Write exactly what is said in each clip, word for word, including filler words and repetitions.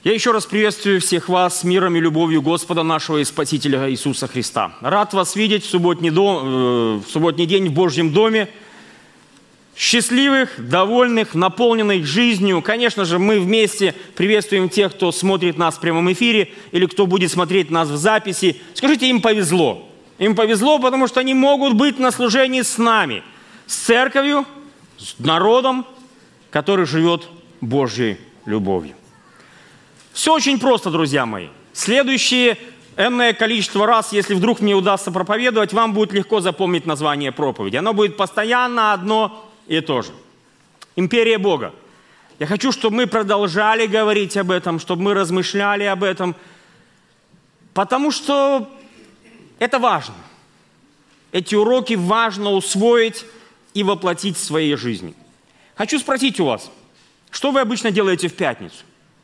Я еще раз приветствую всех вас с миром и любовью Господа нашего и Спасителя Иисуса Христа. Рад вас видеть в субботний, дом, в субботний день в Божьем доме. Счастливых, довольных, наполненных жизнью. Конечно же, мы вместе приветствуем тех, кто смотрит нас в прямом эфире или кто будет смотреть нас в записи. Скажите, им повезло. Им повезло, потому что они могут быть на служении с нами, с церковью, с народом, который живет Божьей любовью. Все очень просто, друзья мои. Следующее энное количество раз, если вдруг мне удастся проповедовать, вам будет легко запомнить название проповеди. Оно будет постоянно одно и то же. Империя Бога. Я хочу, чтобы мы продолжали говорить об этом, чтобы мы размышляли об этом, потому что это важно. Эти уроки важно усвоить и воплотить в своей жизни. Хочу спросить у вас, что вы обычно делаете в пятницу?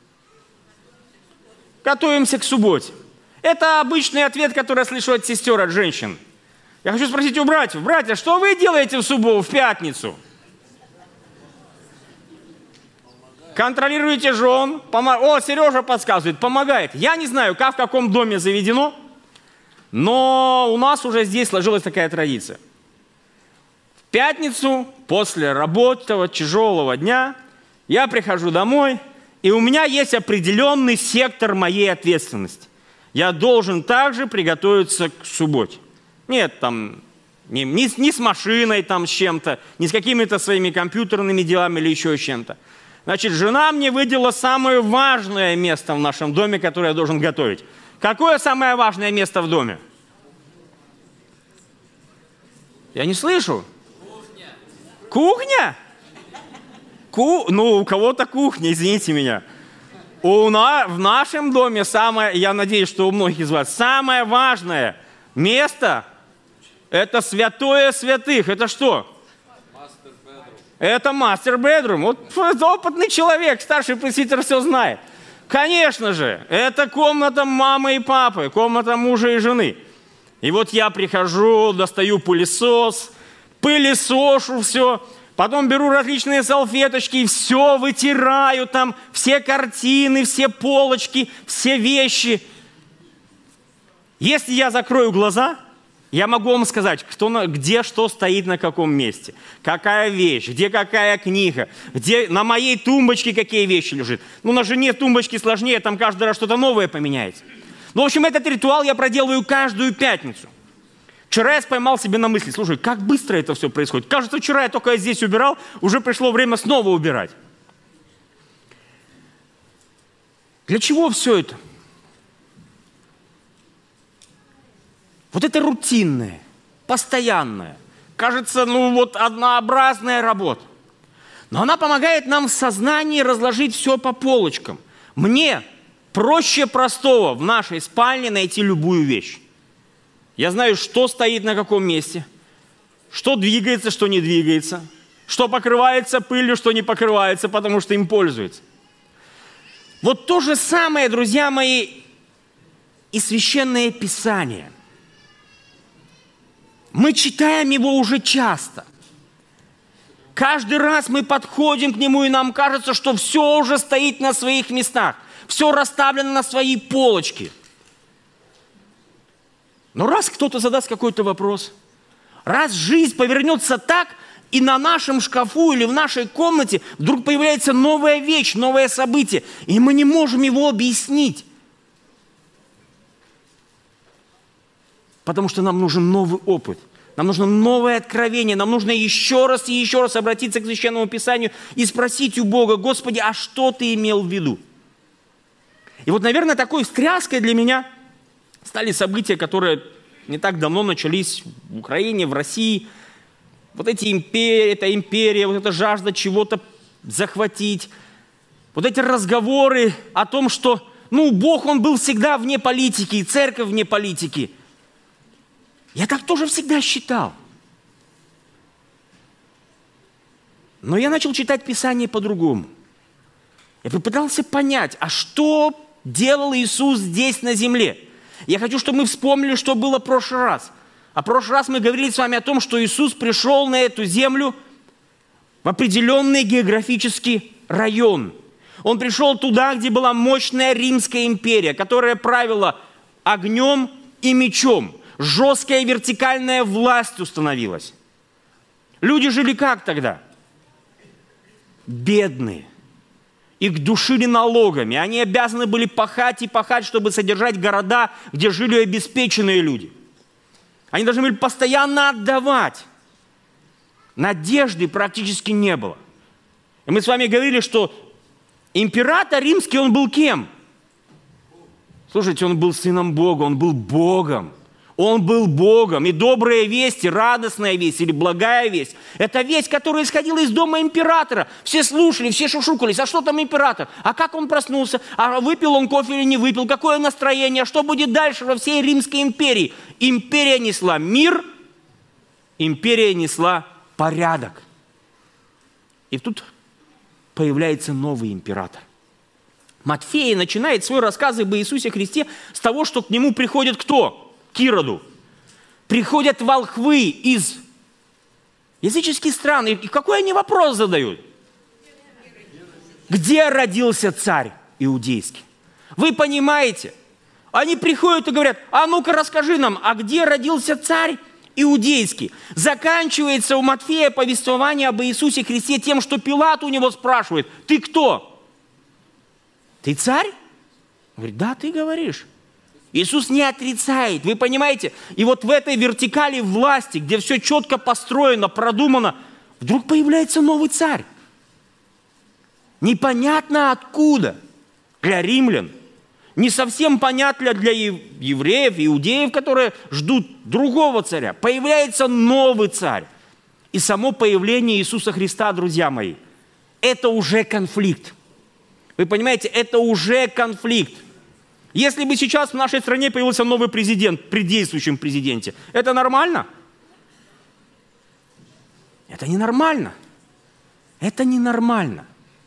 Готовимся к субботе. Это обычный ответ, который я слышу от сестер, от женщин. Я хочу спросить у братьев. Братья, что вы делаете в субботу, в пятницу? Контролируете жен. Помо... О, Сережа подсказывает, помогает. Я не знаю, как в каком доме заведено, но у нас уже здесь сложилась такая традиция. В пятницу, после рабочего, тяжелого дня, я прихожу домой, и у меня есть определенный сектор моей ответственности. Я должен также приготовиться к субботе. Нет, там, не, не, не с машиной, там, с чем-то, не с какими-то своими компьютерными делами или еще с чем-то. Значит, жена мне выделила самое важное место в нашем доме, которое я должен готовить. Какое самое важное место в доме? Я не слышу. Кухня. Кухня? Ку... Ну, у кого-то кухня, извините меня. У на... В нашем доме самое, я надеюсь, что у многих из вас, самое важное место – это святое святых. Это что? Это мастер-бедрум. Вот опытный человек, старший пресвитер все знает. Конечно же, это комната мамы и папы, комната мужа и жены. И вот я прихожу, достаю пылесос, пылесошу все. Потом беру различные салфеточки и все вытираю, там все картины, все полочки, все вещи. Если я закрою глаза, я могу вам сказать, кто на, где что стоит на каком месте, какая вещь, где какая книга, где на моей тумбочке какие вещи лежат. Ну, на жене тумбочки сложнее, там каждый раз что-то новое поменяется. Ну, в общем, этот ритуал я проделываю каждую пятницу. Вчера я поймал себе на мысли, слушай, как быстро это все происходит. Кажется, вчера я только здесь убирал, уже пришло время снова убирать. Для чего все это? Вот это рутинное, постоянное, кажется, ну вот однообразная работа. Но она помогает нам в сознании разложить все по полочкам. Мне проще простого в нашей спальне найти любую вещь. Я знаю, что стоит на каком месте, что двигается, что не двигается, что покрывается пылью, что не покрывается, потому что им пользуются. Вот то же самое, друзья мои, и Священное Писание. Мы читаем его уже часто. Каждый раз мы подходим к нему, и нам кажется, что все уже стоит на своих местах, все расставлено на свои полочки. Но раз кто-то задаст какой-то вопрос, раз жизнь повернется так, и на нашем шкафу или в нашей комнате вдруг появляется новая вещь, новое событие, и мы не можем его объяснить. Потому что нам нужен новый опыт, нам нужно новое откровение, нам нужно еще раз и еще раз обратиться к Священному Писанию и спросить у Бога: Господи, а что Ты имел в виду? И вот, наверное, такой встряской для меня стали события, которые не так давно начались в Украине, в России. Вот эти империи, эта империя, вот эта жажда чего-то захватить. Вот эти разговоры о том, что, ну, Бог, Он был всегда вне политики, и церковь вне политики. Я так тоже всегда считал. Но я начал читать Писание по-другому. Я попытался понять, а что делал Иисус здесь на земле? Я хочу, чтобы мы вспомнили, что было в прошлый раз. А в прошлый раз мы говорили с вами о том, что Иисус пришел на эту землю в определенный географический район. Он пришел туда, где была мощная Римская империя, которая правила огнем и мечом. Жесткая вертикальная власть установилась. Люди жили как тогда? Бедные. Их душили налогами. Они обязаны были пахать и пахать, чтобы содержать города, где жили обеспеченные люди. Они должны были постоянно отдавать. Надежды практически не было. И мы с вами говорили, что император римский, он был кем? Слушайте, он был сыном Бога, он был Богом. Он был Богом. И добрая весть, и радостная весть, или благая весть. Это весть, которая исходила из дома императора. Все слушали, все шушукались. А что там император? А как он проснулся? А выпил он кофе или не выпил? Какое настроение? А что будет дальше во всей Римской империи? Империя несла мир, империя несла порядок. И тут появляется новый император. Матфей начинает свой рассказ об Иисусе Христе с того, что к нему приходят кто? К Ироду. Приходят волхвы из языческих стран. И какой они вопрос задают? Где родился царь иудейский? Вы понимаете? Они приходят и говорят, а ну-ка расскажи нам, а где родился царь иудейский? Заканчивается у Матфея повествование об Иисусе Христе тем, что Пилат у него спрашивает, ты кто? Ты царь? Он говорит, да, ты говоришь. Иисус не отрицает, вы понимаете? И вот в этой вертикали власти, где все четко построено, продумано, вдруг появляется новый царь. Непонятно откуда для римлян. Не совсем понятно для евреев, иудеев, которые ждут другого царя. Появляется новый царь. И само появление Иисуса Христа, друзья мои, это уже конфликт. Вы понимаете, это уже конфликт. Если бы сейчас в нашей стране появился новый президент при действующем президенте, это нормально? Это ненормально. Это ненормально.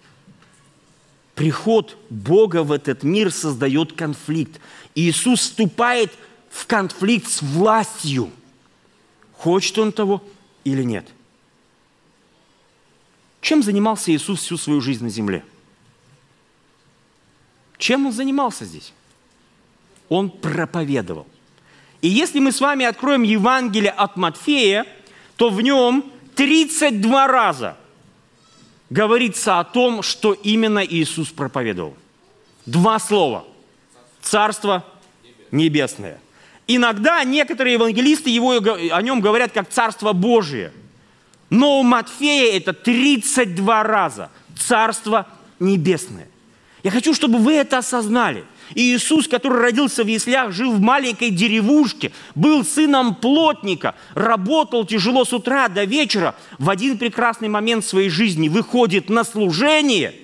Приход Бога в этот мир создает конфликт. Иисус вступает в конфликт с властью. Хочет он того или нет? Чем занимался Иисус всю свою жизнь на земле? Чем он занимался здесь? Он проповедовал. И если мы с вами откроем Евангелие от Матфея, то в нем тридцать два раза говорится о том, что именно Иисус проповедовал. Два слова. Царство небесное. Иногда некоторые евангелисты его, о нем говорят как Царство Божие. Но у Матфея это тридцать два раза. Царство небесное. Я хочу, чтобы вы это осознали. И Иисус, который родился в яслях, жил в маленькой деревушке, был сыном плотника, работал тяжело с утра до вечера, в один прекрасный момент своей жизни выходит на служение.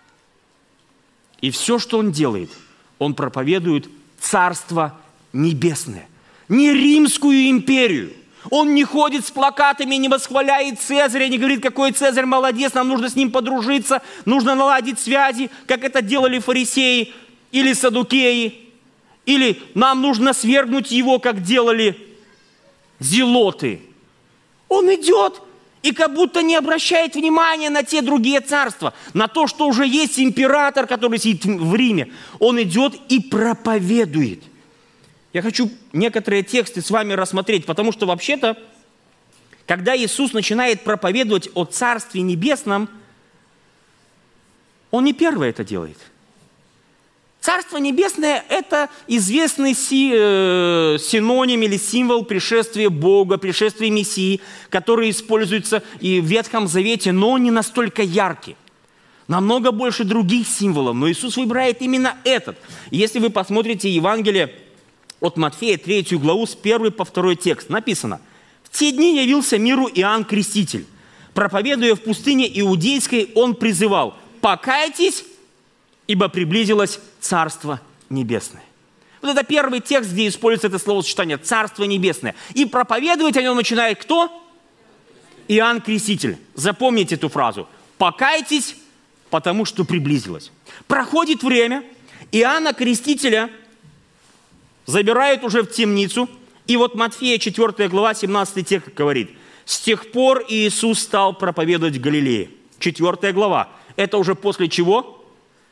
И все, что он делает, он проповедует Царство Небесное. Не Римскую империю. Он не ходит с плакатами, не восхваляет Цезаря, не говорит, какой Цезарь молодец, нам нужно с ним подружиться, нужно наладить связи, как это делали фарисеи или саддукеи, или нам нужно свергнуть его, как делали зелоты. Он идет и как будто не обращает внимания на те другие царства, на то, что уже есть император, который сидит в Риме. Он идет и проповедует. Я хочу некоторые тексты с вами рассмотреть, потому что вообще-то, когда Иисус начинает проповедовать о Царстве Небесном, Он не первый это делает. Царство Небесное – это известный си, э, синоним или символ пришествия Бога, пришествия Мессии, который используется и в Ветхом Завете, но не настолько яркий. Намного больше других символов, но Иисус выбирает именно этот. Если вы посмотрите Евангелие от Матфея, третью главу, с первой по второй текст, написано: «В те дни явился миру Иоанн Креститель. Проповедуя в пустыне Иудейской, он призывал: покайтесь, ибо приблизилось Царство Небесное». Вот это первый текст, где используется это словосочетание «Царство Небесное». И проповедовать о нем начинает кто? Иоанн Креститель. Запомните эту фразу. «Покайтесь, потому что приблизилось». Проходит время, Иоанна Крестителя забирают уже в темницу. И вот Матфея, четвёртая глава, семнадцатый текст говорит: «С тех пор Иисус стал проповедовать в Галилее». четвёртая глава. Это уже после чего?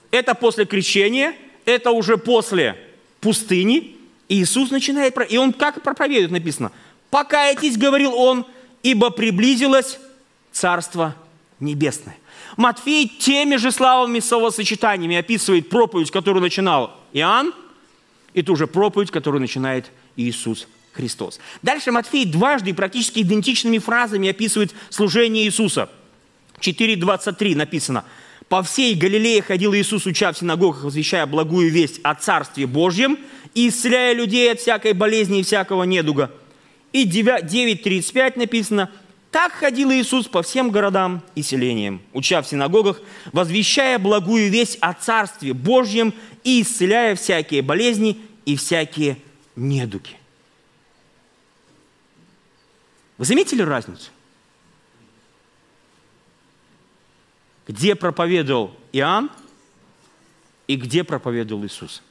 Это после крещения, это уже после пустыни. И Иисус начинает, и Он как проповедует, написано, «Покайтесь, — говорил Он, — ибо приблизилось Царство Небесное». Матфей теми же славами словосочетаниями описывает проповедь, которую начинал Иоанн, и ту же проповедь, которую начинает Иисус Христос. Дальше Матфей дважды практически идентичными фразами описывает служение Иисуса. четыре двадцать три написано: «По всей Галилее ходил Иисус, уча в синагогах, возвещая благую весть о Царстве Божьем и исцеляя людей от всякой болезни и всякого недуга». И девять тридцать пять написано: «Так ходил Иисус по всем городам и селениям, уча в синагогах, возвещая благую весть о Царстве Божьем и исцеляя всякие болезни и всякие недуги». Вы заметили разницу? Где проповедовал Иоанн и где проповедовал Иисус?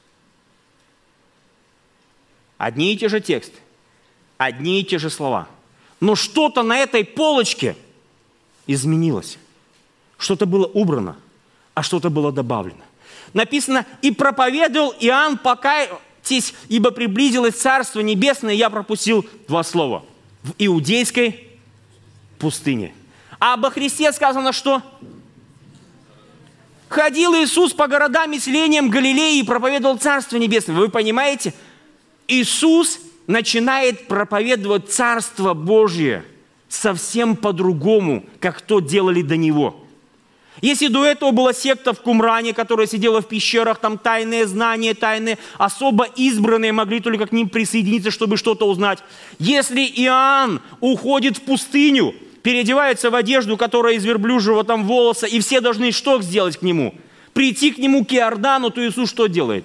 Одни и те же тексты, одни и те же слова. Но что-то на этой полочке изменилось. Что-то было убрано, а что-то было добавлено. Написано: «И проповедовал Иоанн, покайтесь, ибо приблизилось Царство Небесное». Я пропустил два слова. В иудейской пустыне. А обо Христе сказано что? Ходил Иисус по городам и селениям Галилеи и проповедовал Царство Небесное. Вы понимаете? Иисус начинает проповедовать Царство Божие совсем по-другому, как то делали до Него. Если до этого была секта в Кумране, которая сидела в пещерах, там тайные знания, тайные, особо избранные могли только к ним присоединиться, чтобы что-то узнать. Если Иоанн уходит в пустыню, переодевается в одежду, которая из верблюжьего там волоса, и все должны что сделать к нему? Прийти к нему к Иордану, то Иисус что делает?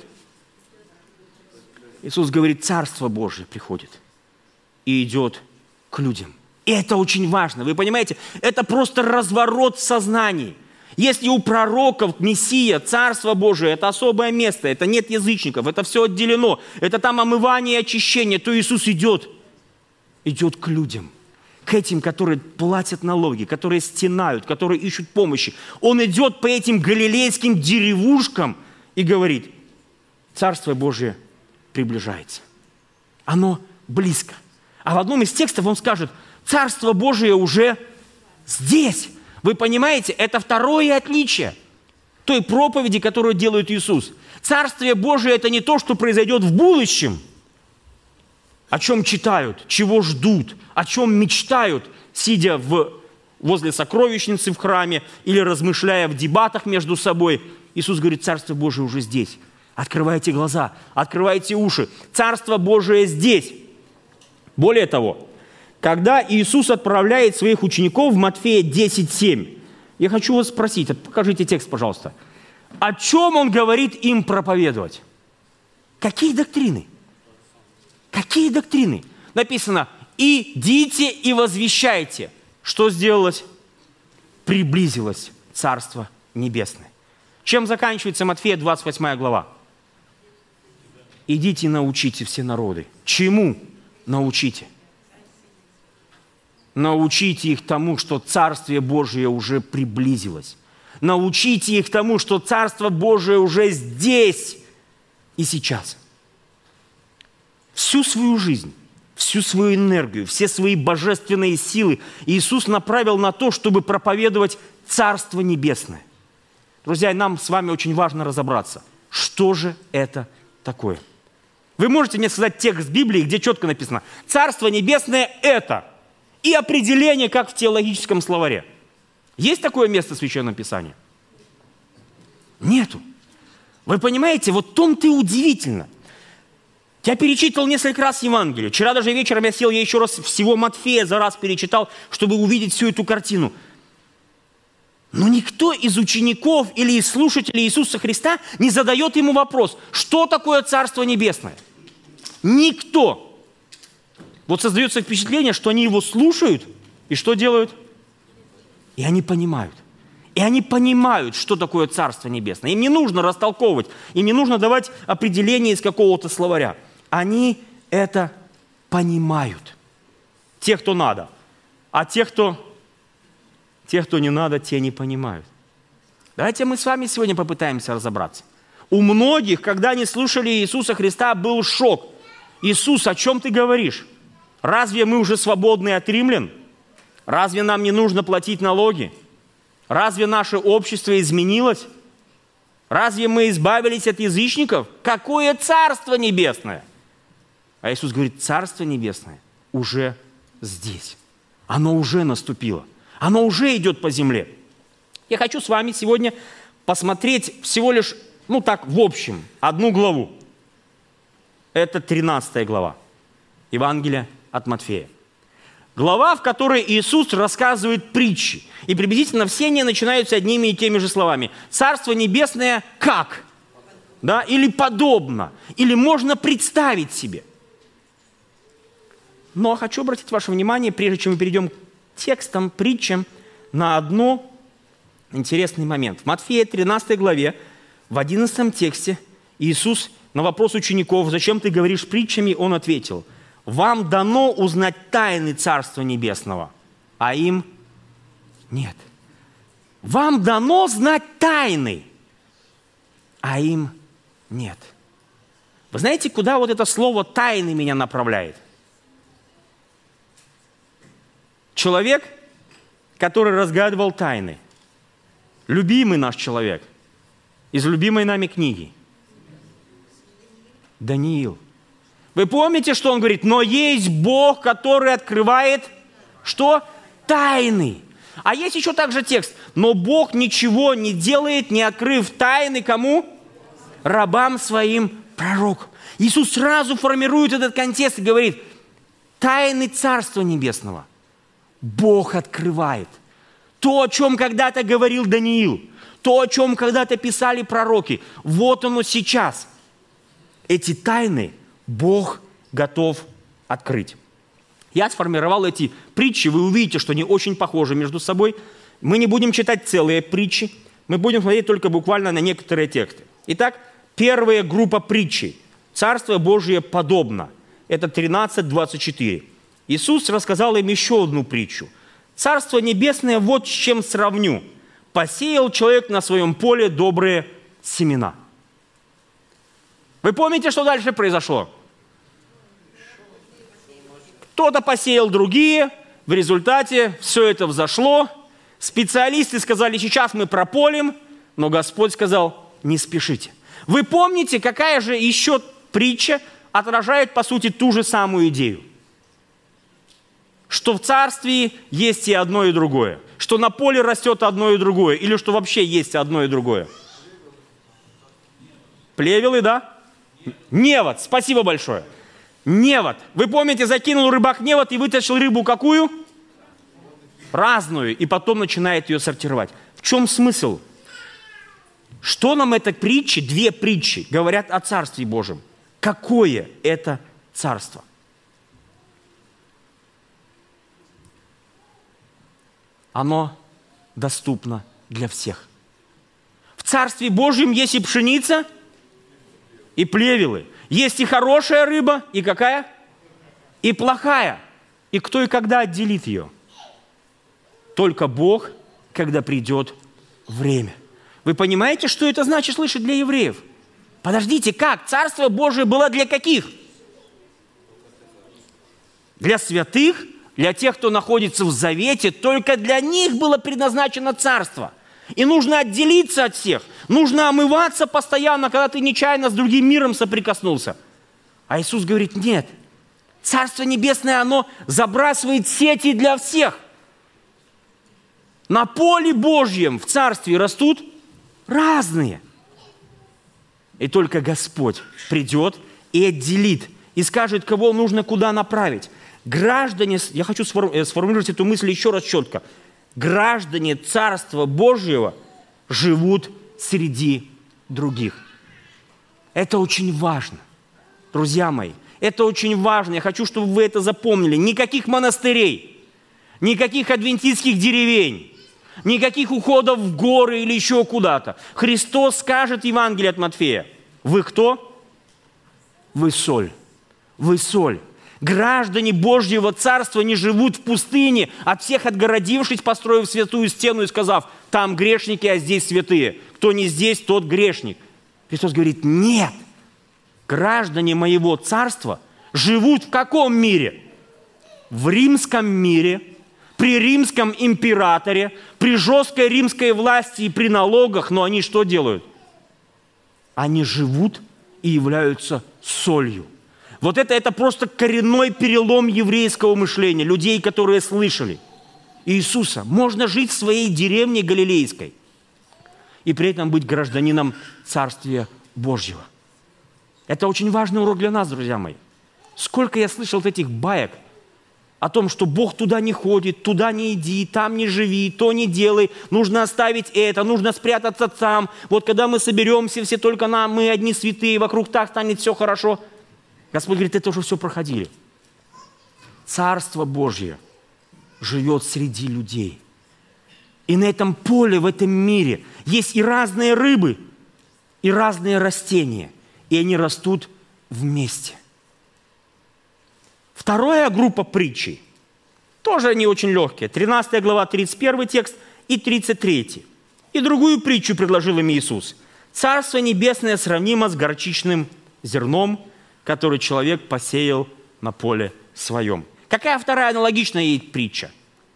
Иисус говорит: Царство Божие приходит и идет к людям. И это очень важно. Вы понимаете, это просто разворот в сознании. Если у пророков Мессия, Царство Божие, это особое место, это нет язычников, это все отделено, это там омывание и очищение, то Иисус идет, идет к людям, к этим, которые платят налоги, которые стенают, которые ищут помощи. Он идет по этим галилейским деревушкам и говорит: Царство Божие приближается. Оно близко. А в одном из текстов он скажет: Царство Божие уже здесь. Вы понимаете, это второе отличие той проповеди, которую делает Иисус. Царствие Божие – это не то, что произойдет в будущем, о чем читают, чего ждут, о чем мечтают, сидя в, возле сокровищницы в храме или размышляя в дебатах между собой. Иисус говорит: Царство Божие уже здесь. Открывайте глаза, открывайте уши. Царство Божие здесь. Более того, когда Иисус отправляет своих учеников в Матфея десять семь, я хочу вас спросить, покажите текст, пожалуйста. О чем Он говорит им проповедовать? Какие доктрины? Какие доктрины? Написано: «Идите и возвещайте». Что сделалось? Приблизилось Царство Небесное. Чем заканчивается Матфея двадцать восьмая глава? «Идите и научите все народы». Чему научите? Научите их тому, что Царствие Божие уже приблизилось. Научите их тому, что Царство Божие уже здесь и сейчас. Всю свою жизнь, всю свою энергию, все свои божественные силы Иисус направил на то, чтобы проповедовать Царство Небесное. Друзья, нам с вами очень важно разобраться, что же это такое. Вы можете мне сказать текст Библии, где четко написано: Царство Небесное – это… И определение, как в теологическом словаре. Есть такое место в Священном Писании? Нету. Вы понимаете, вот в том-то и удивительно. Я перечитывал несколько раз Евангелие. Вчера даже вечером я сел, я еще раз всего Матфея за раз перечитал, чтобы увидеть всю эту картину. Но никто из учеников или из слушателей Иисуса Христа не задает ему вопрос: что такое Царство Небесное? Никто. Вот создается впечатление, что они его слушают, и что делают? И они понимают. И они понимают, что такое Царство Небесное. Им не нужно растолковывать, им не нужно давать определение из какого-то словаря. Они это понимают. Те, кто надо. А те, кто, те, кто не надо, те не понимают. Давайте мы с вами сегодня попытаемся разобраться. У многих, когда они слушали Иисуса Христа, был шок. Иисус, о чем ты говоришь? Разве мы уже свободны от римлян? Разве нам не нужно платить налоги? Разве наше общество изменилось? Разве мы избавились от язычников? Какое Царство Небесное? А Иисус говорит, Царство Небесное уже здесь. Оно уже наступило. Оно уже идет по земле. Я хочу с вами сегодня посмотреть всего лишь, ну так, в общем, одну главу. Это тринадцатая глава Евангелия от Матфея. Глава, в которой Иисус рассказывает притчи. И приблизительно все они начинаются одними и теми же словами. Царство Небесное как? Да? Или подобно? Или можно представить себе? Но хочу обратить ваше внимание, прежде чем мы перейдем к текстам, притчам, на одно интересный момент. В Матфея тринадцатой главе, в одиннадцатом тексте, Иисус на вопрос учеников, «Зачем ты говоришь притчами?», Он ответил, «Вам дано узнать тайны Царства Небесного, а им нет». Вам дано знать тайны, а им нет. Вы знаете, куда вот это слово «тайны» меня направляет? Человек, который разгадывал тайны. Любимый наш человек из любимой нами книги. Даниил. Вы помните, что он говорит? Но есть Бог, который открывает, что? Тайны. А есть еще также текст. Но Бог ничего не делает, не открыв тайны кому? Рабам своим пророкам. Иисус сразу формирует этот контекст и говорит, тайны Царства Небесного Бог открывает. То, о чем когда-то говорил Даниил, то, о чем когда-то писали пророки, вот оно сейчас. Эти тайны Бог готов открыть. Я сформировал эти притчи, вы увидите, что они очень похожи между собой. Мы не будем читать целые притчи, мы будем смотреть только буквально на некоторые тексты. Итак, первая группа притчей. Царство Божие подобно. Это тринадцать двадцать четыре. Иисус рассказал им еще одну притчу. Царство Небесное вот с чем сравню. Посеял человек на своем поле добрые семена. Вы помните, что дальше произошло? Кто-то посеял другие, в результате все это взошло. Специалисты сказали, сейчас мы прополим, но Господь сказал, не спешите. Вы помните, какая же еще притча отражает, по сути, ту же самую идею? Что в царстве есть и одно, и другое. Что на поле растет одно и другое. Или что вообще есть одно и другое. Плевелы, да? Невод. Спасибо большое. Невод. Вы помните, закинул рыбак невод и вытащил рыбу какую? Разную. И потом начинает ее сортировать. В чем смысл? Что нам эта притча, две притчи, говорят о Царстве Божьем? Какое это царство? Оно доступно для всех. В Царстве Божьем есть и пшеница, и плевелы. Есть и хорошая рыба, и какая? И плохая. И кто и когда отделит ее? Только Бог, когда придет время. Вы понимаете, что это значит слышать для евреев? Подождите, как? Царство Божие было для каких? Для святых? Для тех, кто находится в завете, только для них было предназначено царство. И нужно отделиться от всех. Нужно омываться постоянно, когда ты нечаянно с другим миром соприкоснулся. А Иисус говорит, нет. Царство Небесное, оно забрасывает сети для всех. На поле Божьем в царстве растут разные. И только Господь придет и отделит, и скажет, кого нужно куда направить. Граждане, я хочу сформулировать эту мысль еще раз четко. Граждане Царства Божьего живут среди других. Это очень важно, друзья мои. Это очень важно. Я хочу, чтобы вы это запомнили. Никаких монастырей, никаких адвентистских деревень, никаких уходов в горы или еще куда-то. Христос скажет в Евангелии от Матфея. Вы кто? Вы соль. Вы соль. Граждане Божьего Царства не живут в пустыне, от всех отгородившись, построив святую стену и сказав, Там грешники, а здесь святые. Кто не здесь, тот грешник. Христос говорит, нет. Граждане моего царства живут в каком мире? В римском мире, при римском императоре, при жесткой римской власти и при налогах. Но они что делают? Они живут и являются солью. Вот это, это просто коренной перелом еврейского мышления, людей, которые слышали Иисуса. Можно жить в своей деревне галилейской и при этом быть гражданином Царствия Божьего. Это очень важный урок для нас, друзья мои. Сколько я слышал вот этих баек о том, что Бог туда не ходит, туда не иди, там не живи, то не делай, нужно оставить это, нужно спрятаться там. Вот когда мы соберемся, все только нам, мы одни святые, вокруг так станет все хорошо. Господь говорит, это уже все проходили. Царство Божье живет среди людей. И на этом поле, в этом мире есть и разные рыбы, и разные растения. И они растут вместе. Вторая группа притчей, тоже они очень легкие. тринадцатая глава, тридцать первый текст и тридцать третий. И другую притчу предложил им Иисус. Царство небесное сравнимо с горчичным зерном, который человек посеял на поле своем. Какая вторая аналогичная ей притча?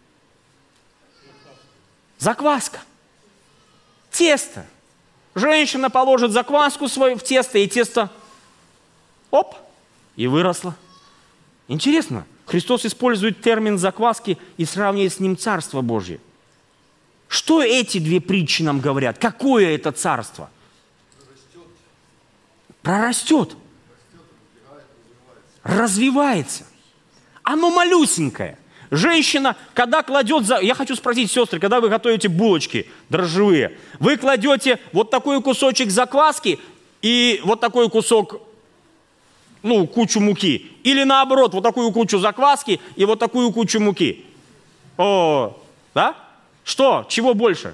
Закваска. Тесто. Женщина положит закваску свою в тесто, и тесто, оп, и выросло. Интересно, Христос использует термин закваски и сравнивает с ним Царство Божье. Что эти две притчи нам говорят? Какое это царство? Прорастет. Развивается. Оно малюсенькое. Женщина, когда кладет... За... Я хочу спросить, сестры, когда вы готовите булочки дрожжевые, вы кладете вот такой кусочек закваски и вот такой кусок, ну, кучу муки. Или наоборот, вот такую кучу закваски и вот такую кучу муки. О, да? Что? Чего больше?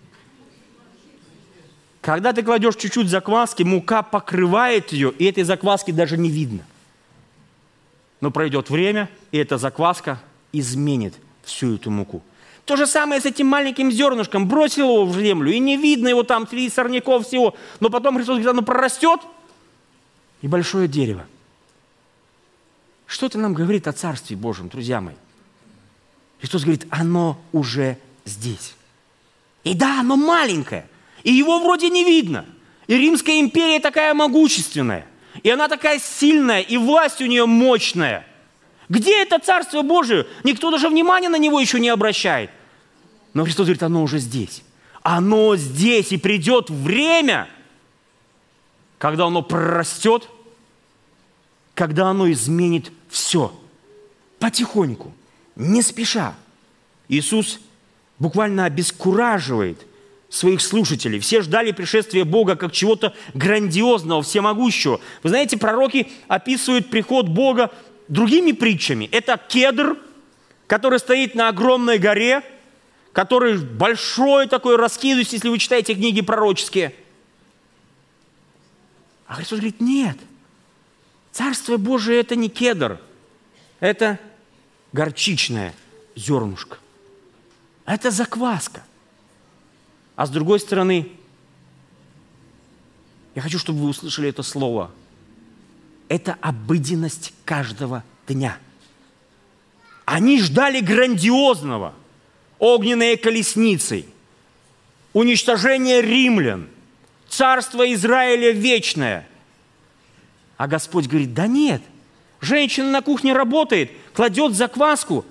Когда ты кладешь чуть-чуть закваски, мука покрывает ее, и этой закваски даже не видно. Но пройдет время, и эта закваска изменит всю эту муку. То же самое с этим маленьким зернышком. Бросил его в землю, и не видно его там, три сорняков всего. Но потом Христос говорит, оно прорастет, и большое дерево. Что это нам говорит о Царстве Божьем, друзья мои? Христос говорит, оно уже здесь. И да, оно маленькое, и его вроде не видно. И Римская империя такая могущественная, и она такая сильная, и власть у нее мощная. Где это Царство Божие? Никто даже внимания на него еще не обращает. Но Христос говорит, оно уже здесь. Оно здесь, и придет время, когда оно прорастет, когда оно изменит все. Потихоньку, не спеша. Иисус буквально обескураживает своих слушателей. Все ждали пришествия Бога как чего-то грандиозного, всемогущего. Вы знаете, пророки описывают приход Бога другими притчами. Это кедр, который стоит на огромной горе, который большой такой, раскидывается, если вы читаете книги пророческие. А Христос говорит, нет, Царство Божие – это не кедр, это горчичное зернышко. Это закваска. А с другой стороны, я хочу, чтобы вы услышали это слово. Это обыденность каждого дня. Они ждали грандиозного, огненной колесницей, уничтожения римлян, царство Израиля вечное. А Господь говорит, да нет, женщина на кухне работает, кладет закваску.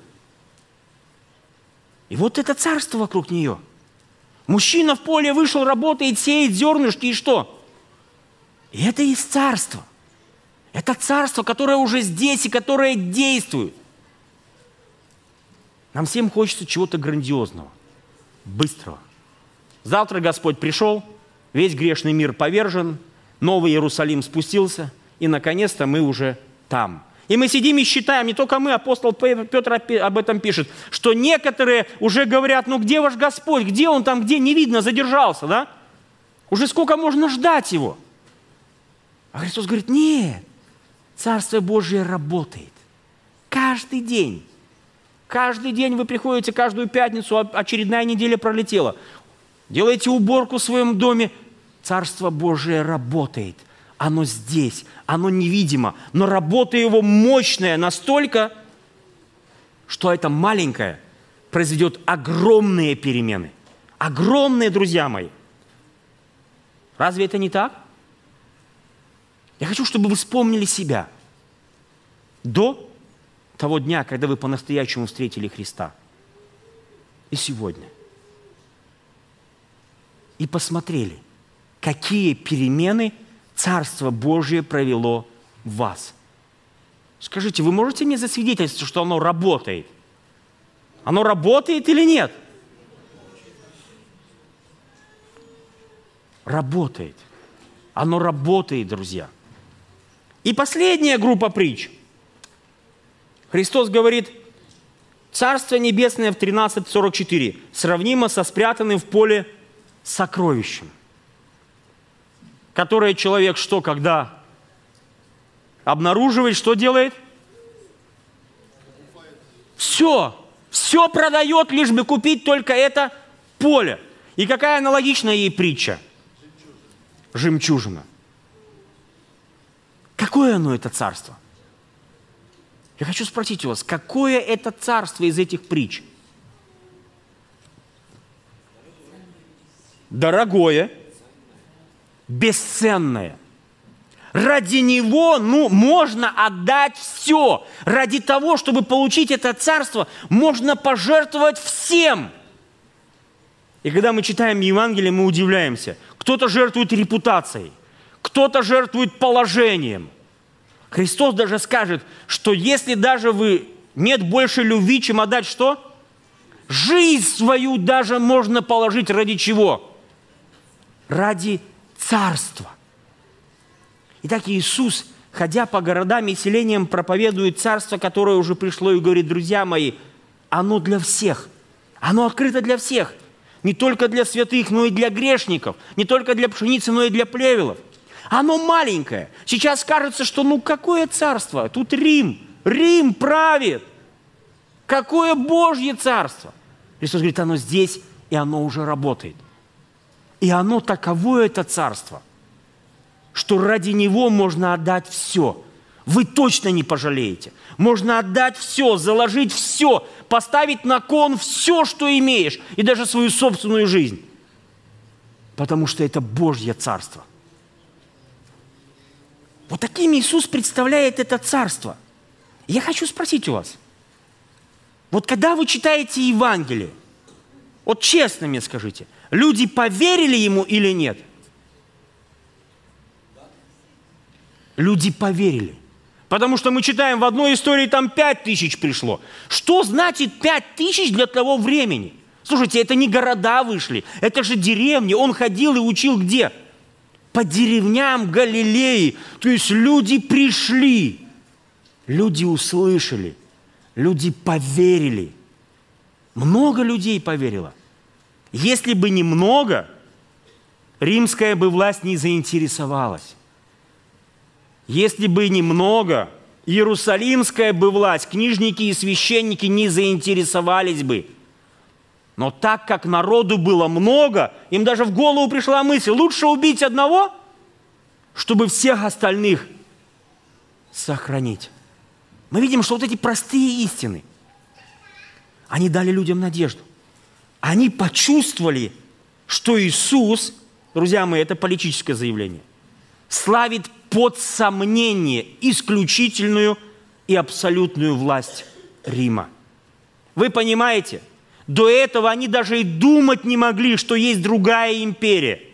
И вот это царство вокруг нее. Мужчина в поле вышел, работает, сеет зернышки, и что? И это есть царство. Это царство, которое уже здесь и которое действует. Нам всем хочется чего-то грандиозного, быстрого. Завтра Господь пришел, весь грешный мир повержен, Новый Иерусалим спустился, и, наконец-то, мы уже там. И мы сидим и считаем, не только мы, апостол Петр об этом пишет, что некоторые уже говорят, ну где ваш Господь, где Он там, где, не видно, задержался, да? Уже сколько можно ждать Его? А Христос говорит, нет, Царство Божие работает. Каждый день. Каждый день вы приходите, каждую пятницу, очередная неделя пролетела. делаете уборку в своем доме. Царство Божие работает. Оно здесь, оно невидимо, но работа его мощная настолько, что это маленькое произведет огромные перемены. Огромные, друзья мои. Разве это не так? Я хочу, чтобы вы вспомнили себя до того дня, когда вы по-настоящему встретили Христа. И сегодня. И посмотрели, какие перемены Царство Божие провело в вас. Скажите, вы можете мне засвидетельствовать, что оно работает? Оно работает или нет? Работает. Оно работает, друзья. И последняя группа притч. Христос говорит, Царство Небесное в тринадцать сорок четыре сравнимо со спрятанным в поле сокровищем, которое человек что, когда обнаруживает, что делает? Все, все продает, лишь бы купить только это поле. И какая аналогичная ей притча? Жемчужина. Какое оно, это царство? Я хочу спросить у вас, какое это царство из этих притч? Дорогое, бесценное. Ради него, ну, можно отдать все. Ради того, чтобы получить это царство, можно пожертвовать всем. И когда мы читаем Евангелие, мы удивляемся. Кто-то жертвует репутацией, кто-то жертвует положением. Христос даже скажет, что если даже вы нет больше любви, чем отдать что? Жизнь свою даже можно положить ради чего? Ради царства. Итак, Иисус, ходя по городам и селениям, проповедует царство, которое уже пришло, и говорит, друзья мои, оно для всех, оно открыто для всех. Не только для святых, но и для грешников. Не только для пшеницы, но и для плевелов. Оно маленькое. Сейчас кажется, что ну какое царство? Тут Рим. Рим правит. Какое Божье царство? Христос говорит, оно здесь, и оно уже работает. И оно таковое, это царство, что ради него можно отдать все. Вы точно не пожалеете. Можно отдать все, заложить все, поставить на кон все, что имеешь, и даже свою собственную жизнь. Потому что это Божье царство. Вот таким Иисус представляет это царство. Я хочу спросить у вас, вот когда вы читаете Евангелие, вот честно мне скажите, люди поверили ему или нет? Люди поверили. Потому что мы читаем в одной истории, там пять тысяч пришло. Что значит пять тысяч для того времени? Слушайте, это не города вышли, это же деревни. Он ходил и учил где? По деревням Галилеи. То есть люди пришли, люди услышали, люди поверили. Много людей поверило. Если бы немного, римская бы власть не заинтересовалась. Если бы немного, иерусалимская бы власть, книжники и священники не заинтересовались бы. Но так как народу было много, им даже в голову пришла мысль, лучше убить одного, чтобы всех остальных сохранить. Мы видим, что вот эти простые истины, они дали людям надежду. Они почувствовали, что Иисус, друзья мои, это политическое заявление, славит под сомнение исключительную и абсолютную власть Рима. Вы понимаете, до этого они даже и думать не могли, что есть другая империя.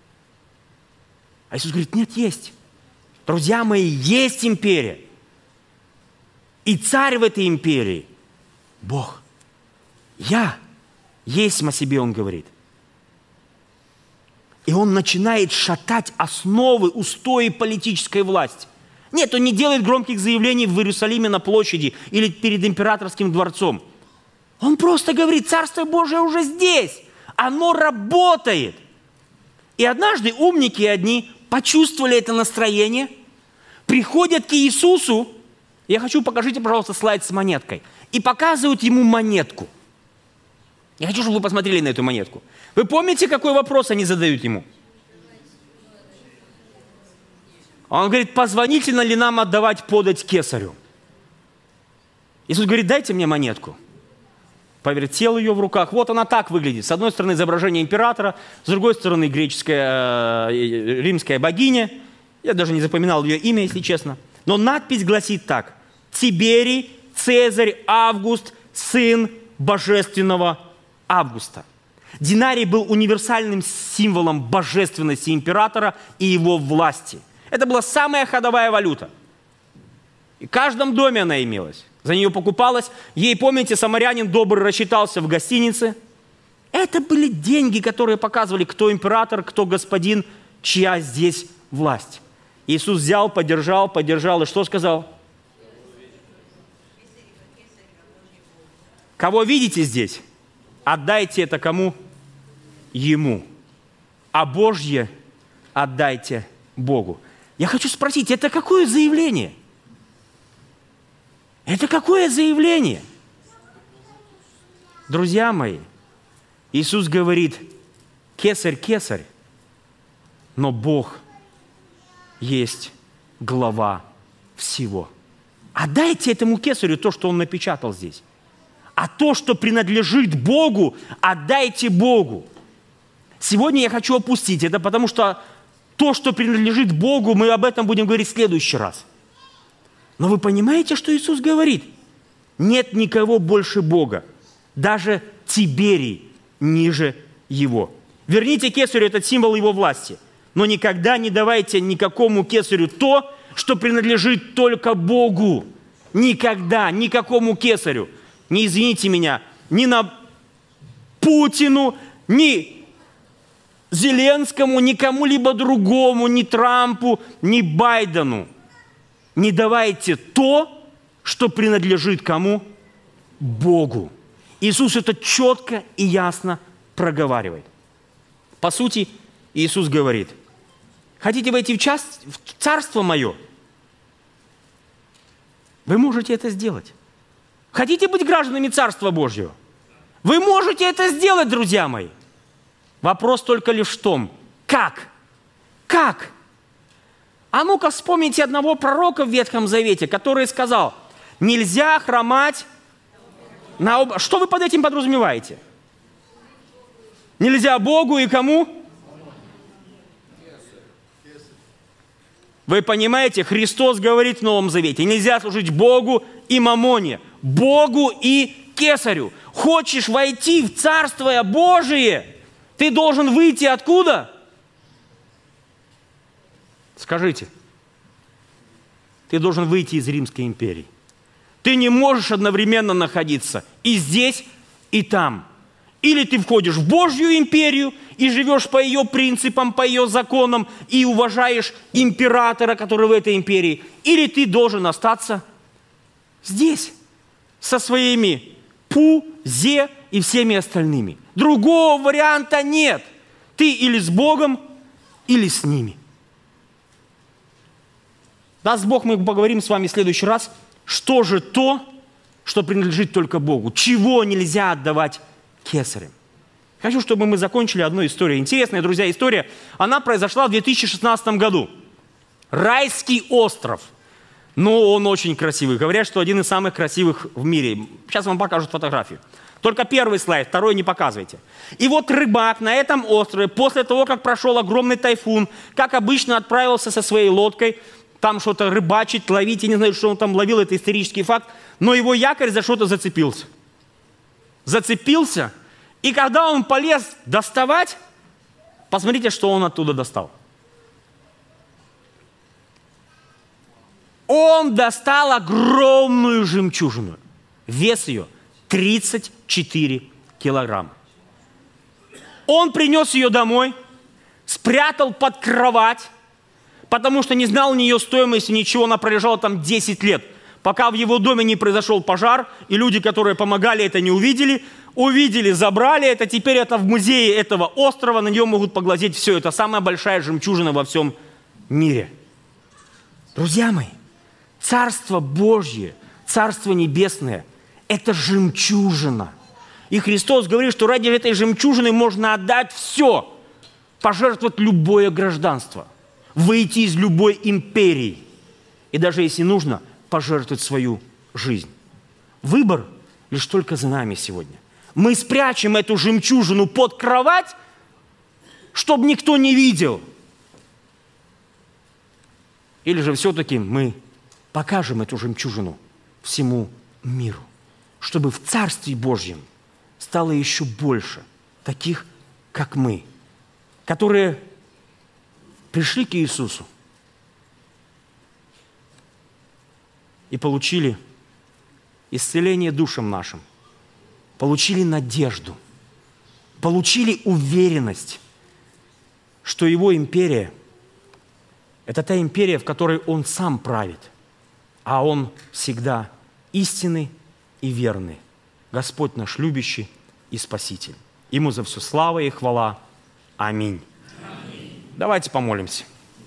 А Иисус говорит, нет, есть. Друзья мои, есть империя. И царь в этой империи – Бог. Я есть о себе, он говорит. И он начинает шатать основы, устои политической власти. Нет, он не делает громких заявлений в Иерусалиме на площади или перед императорским дворцом. Он просто говорит, Царство Божие уже здесь, оно работает. И однажды умники одни почувствовали это настроение, приходят к Иисусу, я хочу, покажите, пожалуйста, слайд с монеткой, и показывают ему монетку. Я хочу, чтобы вы посмотрели на эту монетку. Вы помните, какой вопрос они задают ему? Он говорит, позволительно ли нам отдавать подать кесарю? Иисус говорит, дайте мне монетку. Повертел ее в руках. Вот она так выглядит. С одной стороны изображение императора, с другой стороны греческая, э, римская богиня. Я даже не запоминал ее имя, если честно. Но надпись гласит так. Тиберий, Цезарь, Август, сын божественного Августа. Динарий был универсальным символом божественности императора и его власти. Это была самая ходовая валюта. И в каждом доме она имелась. За нее покупалась. Ей, помните, самарянин добрый рассчитался в гостинице. Это были деньги, которые показывали, кто император, кто господин, чья здесь власть. Иисус взял, подержал, подержал и что сказал? Кого видите здесь? Отдайте это кому? Ему. А Божье отдайте Богу. Я хочу спросить, это какое заявление? Это какое заявление? Друзья мои, Иисус говорит, кесарь, кесарь, но Бог есть глава всего. Отдайте этому кесарю то, что он напечатал здесь. А то, что принадлежит Богу, отдайте Богу. Сегодня я хочу опустить это, потому что то, что принадлежит Богу, мы об этом будем говорить в следующий раз. Но вы понимаете, что Иисус говорит? Нет никого больше Бога. Даже Тиберий ниже его. Верните кесарю этот символ его власти. Но никогда не давайте никакому кесарю то, что принадлежит только Богу. Никогда, никакому кесарю. Не извините меня, ни на Путину, ни Зеленскому, ни кому-либо другому, ни Трампу, ни Байдену. Не давайте то, что принадлежит кому? Богу. Иисус это четко и ясно проговаривает. По сути, Иисус говорит, хотите войти в, час, в царство мое? Вы можете это сделать. Хотите быть гражданами Царства Божьего? Вы можете это сделать, друзья мои. Вопрос только лишь в том, как? Как? А ну-ка вспомните одного пророка в Ветхом Завете, который сказал, нельзя хромать на об... Что вы под этим подразумеваете? Нельзя Богу и кому? Вы понимаете, Христос говорит в Новом Завете, нельзя служить Богу и мамоне, Богу и кесарю. Хочешь войти в Царство Божие, ты должен выйти откуда? Скажите. Ты должен выйти из Римской империи. Ты не можешь одновременно находиться и здесь, и там. Или ты входишь в Божью империю и живешь по ее принципам, по ее законам и уважаешь императора, который в этой империи. Или ты должен остаться здесь со своими Пу, Зе и всеми остальными. Другого варианта нет. Ты или с Богом, или с ними. Даст Бог, мы поговорим с вами в следующий раз, что же то, что принадлежит только Богу. Чего нельзя отдавать кесарям. Хочу, чтобы мы закончили одной историей. Интересная, друзья, история. Она произошла в две тысячи шестнадцатом году. Райский остров. Но он очень красивый. Говорят, что один из самых красивых в мире. Сейчас вам покажут фотографию. Только первый слайд, второй не показывайте. И вот рыбак на этом острове, после того, как прошел огромный тайфун, как обычно отправился со своей лодкой, там что-то рыбачить, ловить, я не знаю, что он там ловил, это исторический факт, но его якорь за что-то зацепился. Зацепился, и когда он полез доставать, посмотрите, что он оттуда достал. Он достал огромную жемчужину. Вес ее тридцать четыре килограмма. Он принес ее домой, спрятал под кровать, потому что не знал ни ее стоимости, ничего, она пролежала там десять лет. Пока в его доме не произошел пожар, и люди, которые помогали, это не увидели. Увидели, забрали это, теперь это в музее этого острова, на нее могут поглазеть все. Это самая большая жемчужина во всем мире. Друзья мои, Царство Божье, Царство Небесное – это жемчужина. И Христос говорит, что ради этой жемчужины можно отдать все, пожертвовать любое гражданство, выйти из любой империи. И даже если нужно, пожертвовать свою жизнь. Выбор лишь только за нами сегодня. Мы спрячем эту жемчужину под кровать, чтобы никто не видел. Или же все-таки мы покажем эту жемчужину всему миру, чтобы в Царстве Божьем стало еще больше таких, как мы, которые пришли к Иисусу и получили исцеление душам нашим, получили надежду, получили уверенность, что Его империя – это та империя, в которой Он сам правит, а Он всегда истинный и верный, Господь наш любящий и Спаситель. Ему за все слава и хвала. Аминь. Аминь. Давайте помолимся.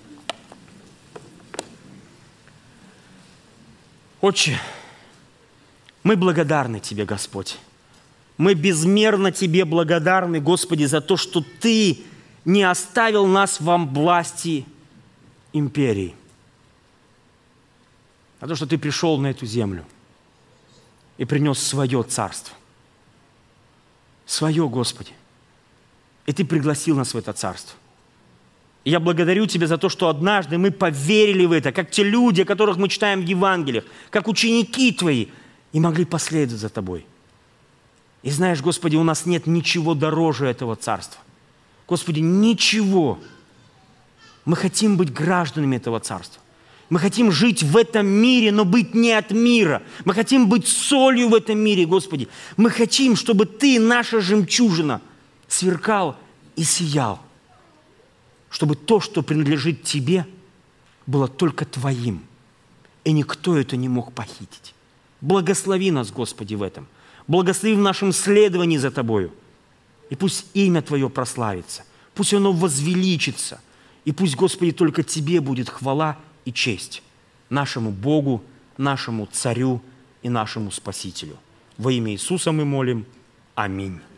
Отче, мы благодарны Тебе, Господь. Мы безмерно Тебе благодарны, Господи, за то, что Ты не оставил нас во власти империи, а то, что Ты пришел на эту землю и принес свое царство. Свое, Господи. И Ты пригласил нас в это царство. И я благодарю Тебя за то, что однажды мы поверили в это, как те люди, о которых мы читаем в Евангелиях, как ученики Твои, и могли последовать за Тобой. И знаешь, Господи, у нас нет ничего дороже этого царства. Господи, ничего. Мы хотим быть гражданами этого царства. Мы хотим жить в этом мире, но быть не от мира. Мы хотим быть солью в этом мире, Господи. Мы хотим, чтобы Ты, наша жемчужина, сверкал и сиял. Чтобы то, что принадлежит Тебе, было только Твоим. И никто это не мог похитить. Благослови нас, Господи, в этом. Благослови в нашем следовании за Тобою. И пусть имя Твое прославится. Пусть оно возвеличится. И пусть, Господи, только Тебе будет хвала и честь. Нашему Богу, нашему Царю и нашему Спасителю. Во имя Иисуса мы молим. Аминь.